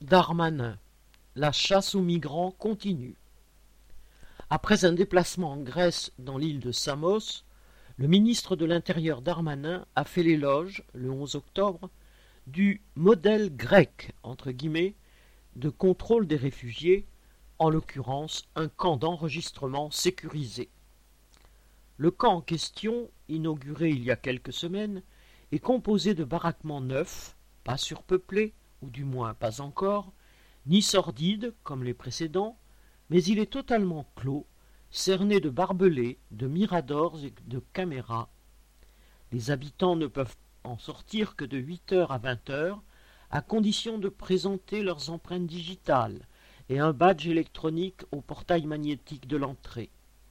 Darmanin. La chasse aux migrants continue. Après un déplacement en Grèce dans l'île de Samos, le ministre de l'Intérieur Darmanin a fait l'éloge, le 11 octobre, du modèle grec, entre guillemets, de contrôle des réfugiés, en l'occurrence un camp d'enregistrement sécurisé. Le camp en question, inauguré il y a quelques semaines, est composé de baraquements neufs, pas surpeuplés, ou du moins pas encore, ni sordides comme les précédents, mais il est totalement clos, cerné de barbelés, de miradors et de caméras. Les habitants ne peuvent en sortir que de 8 heures à 20 heures, à condition de présenter leurs empreintes digitales et un badge électronique au portail magnétique de l'entrée.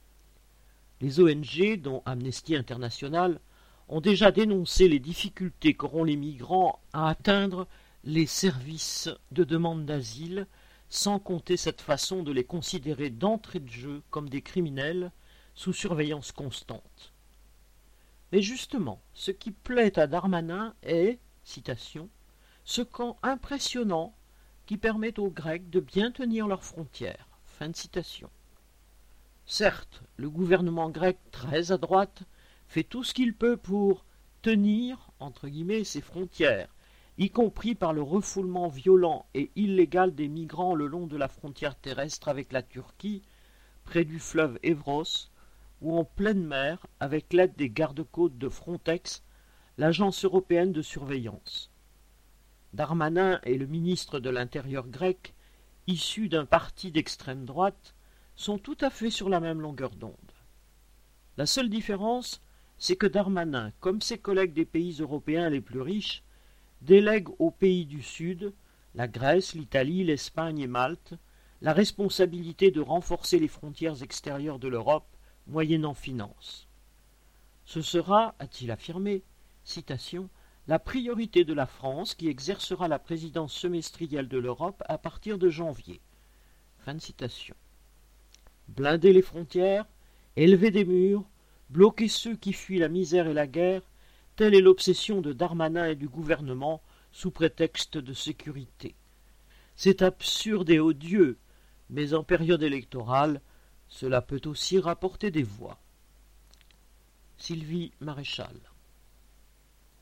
Les ONG, dont Amnesty International, ont déjà dénoncé les difficultés qu'auront les migrants à atteindre les services de demande d'asile, sans compter cette façon de les considérer d'entrée de jeu comme des criminels sous surveillance constante. Mais justement, ce qui plaît à Darmanin est, citation, ce camp impressionnant qui permet aux Grecs de bien tenir leurs frontières. Fin de citation. Certes, le gouvernement grec, très à droite, fait tout ce qu'il peut pour tenir, entre guillemets, ses frontières, y compris par le refoulement violent et illégal des migrants le long de la frontière terrestre avec la Turquie, près du fleuve Evros, ou en pleine mer avec l'aide des gardes-côtes de Frontex, l'agence européenne de surveillance. Darmanin et le ministre de l'Intérieur grec, issus d'un parti d'extrême droite, sont tout à fait sur la même longueur d'onde. La seule différence, c'est que Darmanin, comme ses collègues des pays européens les plus riches, délègue aux pays du Sud, la Grèce, l'Italie, l'Espagne et Malte, la responsabilité de renforcer les frontières extérieures de l'Europe, moyennant finances. Ce sera, a-t-il affirmé, citation, la priorité de la France qui exercera la présidence semestrielle de l'Europe à partir de janvier. Fin de citation. Blinder les frontières, élever des murs, bloquer ceux qui fuient la misère et la guerre, telle est l'obsession de Darmanin et du gouvernement sous prétexte de sécurité. C'est absurde et odieux, mais en période électorale, cela peut aussi rapporter des voix. Sylvie Maréchal.